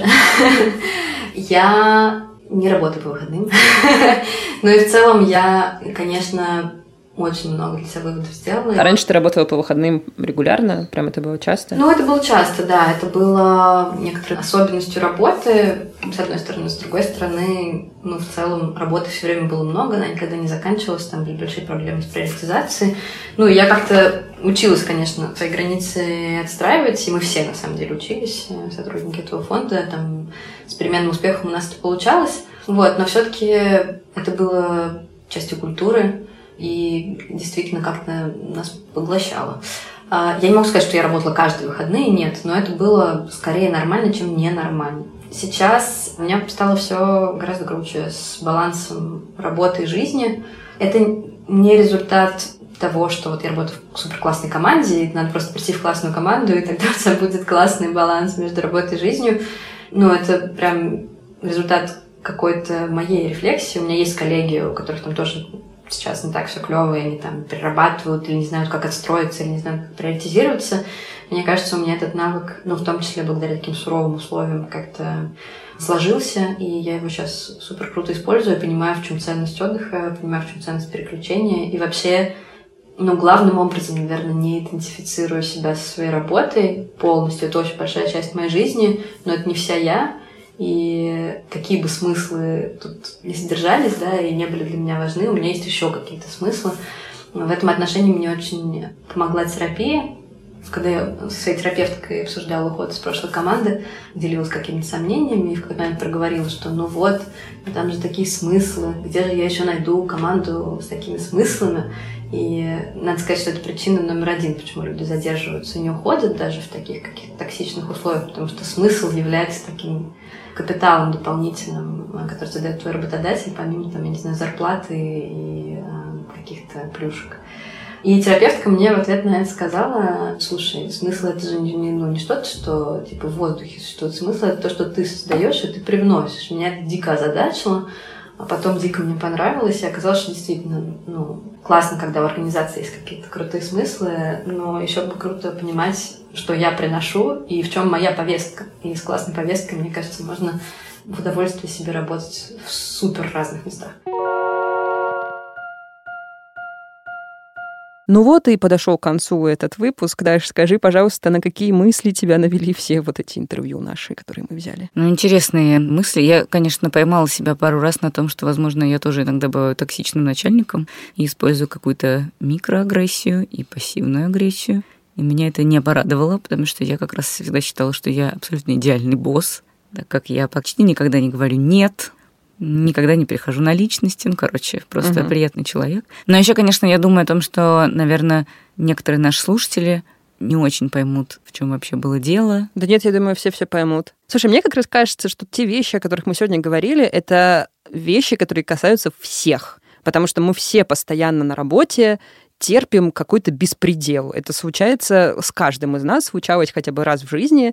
Я не работаю по выходным. Но и в целом я, конечно, очень много для себя выводов сделала. А раньше ты работала по выходным регулярно? Прям это было часто? Ну, это было часто, да. Это было некоторой особенностью работы, с одной стороны. С другой стороны, ну, в целом, работы все время было много, она никогда не заканчивалась, там были большие проблемы с приоритизацией. Ну, и я как-то училась, конечно, свои границы отстраивать, и мы все, на самом деле, учились, сотрудники этого фонда, там, с переменным успехом у нас это получалось. Вот, но все-таки это было частью культуры, и действительно как-то нас поглощало. Я не могу сказать, что я работала каждые выходные, нет, но это было скорее нормально, чем ненормально. Сейчас у меня стало все гораздо круче с балансом работы и жизни. Это не результат того, что вот я работаю в суперклассной команде, и надо просто прийти в классную команду, и тогда у тебя будет классный баланс между работой и жизнью. Ну, это прям результат какой-то моей рефлексии. У меня есть коллеги, у которых там тоже сейчас не так все клево, и они там перерабатывают или не знают, как отстроиться, или не знают, как приоритизироваться. Мне кажется, у меня этот навык, ну, в том числе благодаря таким суровым условиям, как-то сложился, и я его сейчас супер круто использую. Я понимаю, в чем ценность отдыха, понимаю, в чем ценность переключения, и вообще, ну, главным образом, наверное, не идентифицирую себя со своей работой полностью. Это очень большая часть моей жизни, но это не вся я. И какие бы смыслы тут не содержались, да, и не были для меня важны, у меня есть еще какие-то смыслы. В этом отношении мне очень помогла терапия. Когда я со своей терапевткой обсуждала уход из прошлой команды, делилась какими-то сомнениями и в какой-то момент проговорила, что ну вот, там же такие смыслы, где же я еще найду команду с такими смыслами? И надо сказать, что это причина номер один, почему люди задерживаются и не уходят даже в таких каких-то токсичных условиях, потому что смысл является таким капиталом дополнительным, который тебе дает твой работодатель, помимо, там, я не знаю, зарплаты и э, каких-то плюшек. И терапевтка мне в ответ на это сказала: слушай, смысл это же не, не, ну, не что-то, что типа в воздухе существует. Смысл это то, что ты создаешь и ты привносишь. Меня это дико озадачило, а потом дико мне понравилось, и оказалось, что действительно ну, классно, когда в организации есть какие-то крутые смыслы, но еще бы круто понимать, что я приношу и в чем моя повестка. И с классной повесткой, мне кажется, можно в удовольствие себе работать в супер разных местах. Ну вот и подошел к концу этот выпуск. Даш, скажи, пожалуйста, на какие мысли тебя навели все вот эти интервью наши, которые мы взяли? Ну, интересные мысли. Я, конечно, поймала себя пару раз на том, что, возможно, я тоже иногда бываю токсичным начальником и использую какую-то микроагрессию и пассивную агрессию. И меня это не порадовало, потому что я как раз всегда считала, что я абсолютно идеальный босс, так как я почти никогда не говорю «нет», никогда не перехожу на личности, ну, короче, просто угу. приятный человек. Но еще, конечно, я думаю о том, что, наверное, некоторые наши слушатели не очень поймут, в чем вообще было дело. Да нет, я думаю, все все поймут. Слушай, мне как раз кажется, что те вещи, о которых мы сегодня говорили, это вещи, которые касаются всех, потому что мы все постоянно на работе, терпим какой-то беспредел. Это случается с каждым из нас, случалось хотя бы раз в жизни.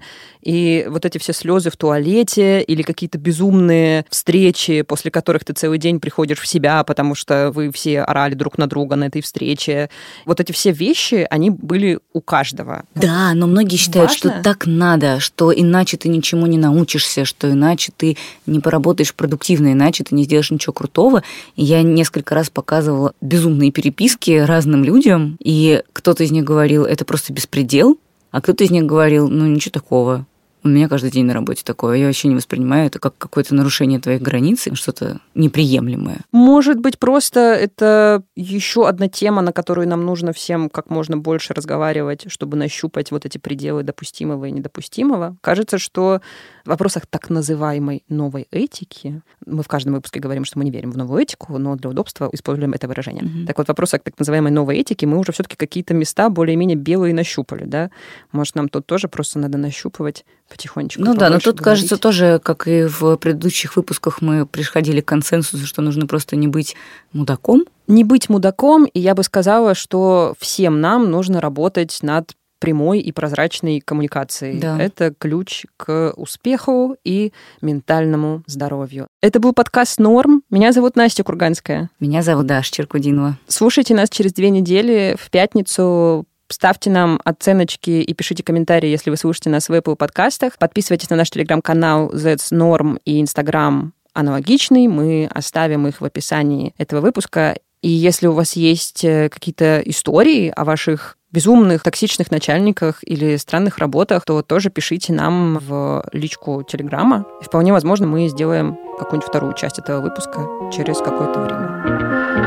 И вот эти все слезы в туалете или какие-то безумные встречи, после которых ты целый день приходишь в себя, потому что вы все орали друг на друга на этой встрече. Вот эти все вещи, они были у каждого. Да, но многие считают, Важно. Что так надо, что иначе ты ничему не научишься, что иначе ты не поработаешь продуктивно, иначе ты не сделаешь ничего крутого. И я несколько раз показывала безумные переписки разных людям, и кто-то из них говорил, это просто беспредел, а кто-то из них говорил, ну ничего такого, у меня каждый день на работе такое, я вообще не воспринимаю это как какое-то нарушение твоих границ, что-то неприемлемое. Может быть, просто это еще одна тема, на которую нам нужно всем как можно больше разговаривать, чтобы нащупать вот эти пределы допустимого и недопустимого. Кажется, что в вопросах так называемой новой этики, мы в каждом выпуске говорим, что мы не верим в новую этику, но для удобства используем это выражение. Mm-hmm. Так вот, в вопросах так называемой новой этики мы уже все-таки какие-то места более-менее белые нащупали, да? Может, нам тут тоже просто надо нащупывать потихонечку. Ну да, но тут, говорить. Кажется, тоже, как и в предыдущих выпусках, мы приходили к консенсусу, что нужно просто не быть мудаком. Не быть мудаком, и я бы сказала, что всем нам нужно работать над прямой и прозрачной коммуникацией. Да. Это ключ к успеху и ментальному здоровью. Это был подкаст «Норм». Меня зовут Настя Курганская. Меня зовут Даша Черкудинова. Слушайте нас через две недели в пятницу. Ставьте нам оценочки и пишите комментарии, если вы слушаете нас в Apple подкастах. Подписывайтесь на наш телеграм-канал That's Norm и Инстаграм аналогичный. Мы оставим их в описании этого выпуска. И если у вас есть какие-то истории о ваших безумных, токсичных начальниках или странных работах, то тоже пишите нам в личку Телеграма. И вполне возможно, мы сделаем какую-нибудь вторую часть этого выпуска через какое-то время.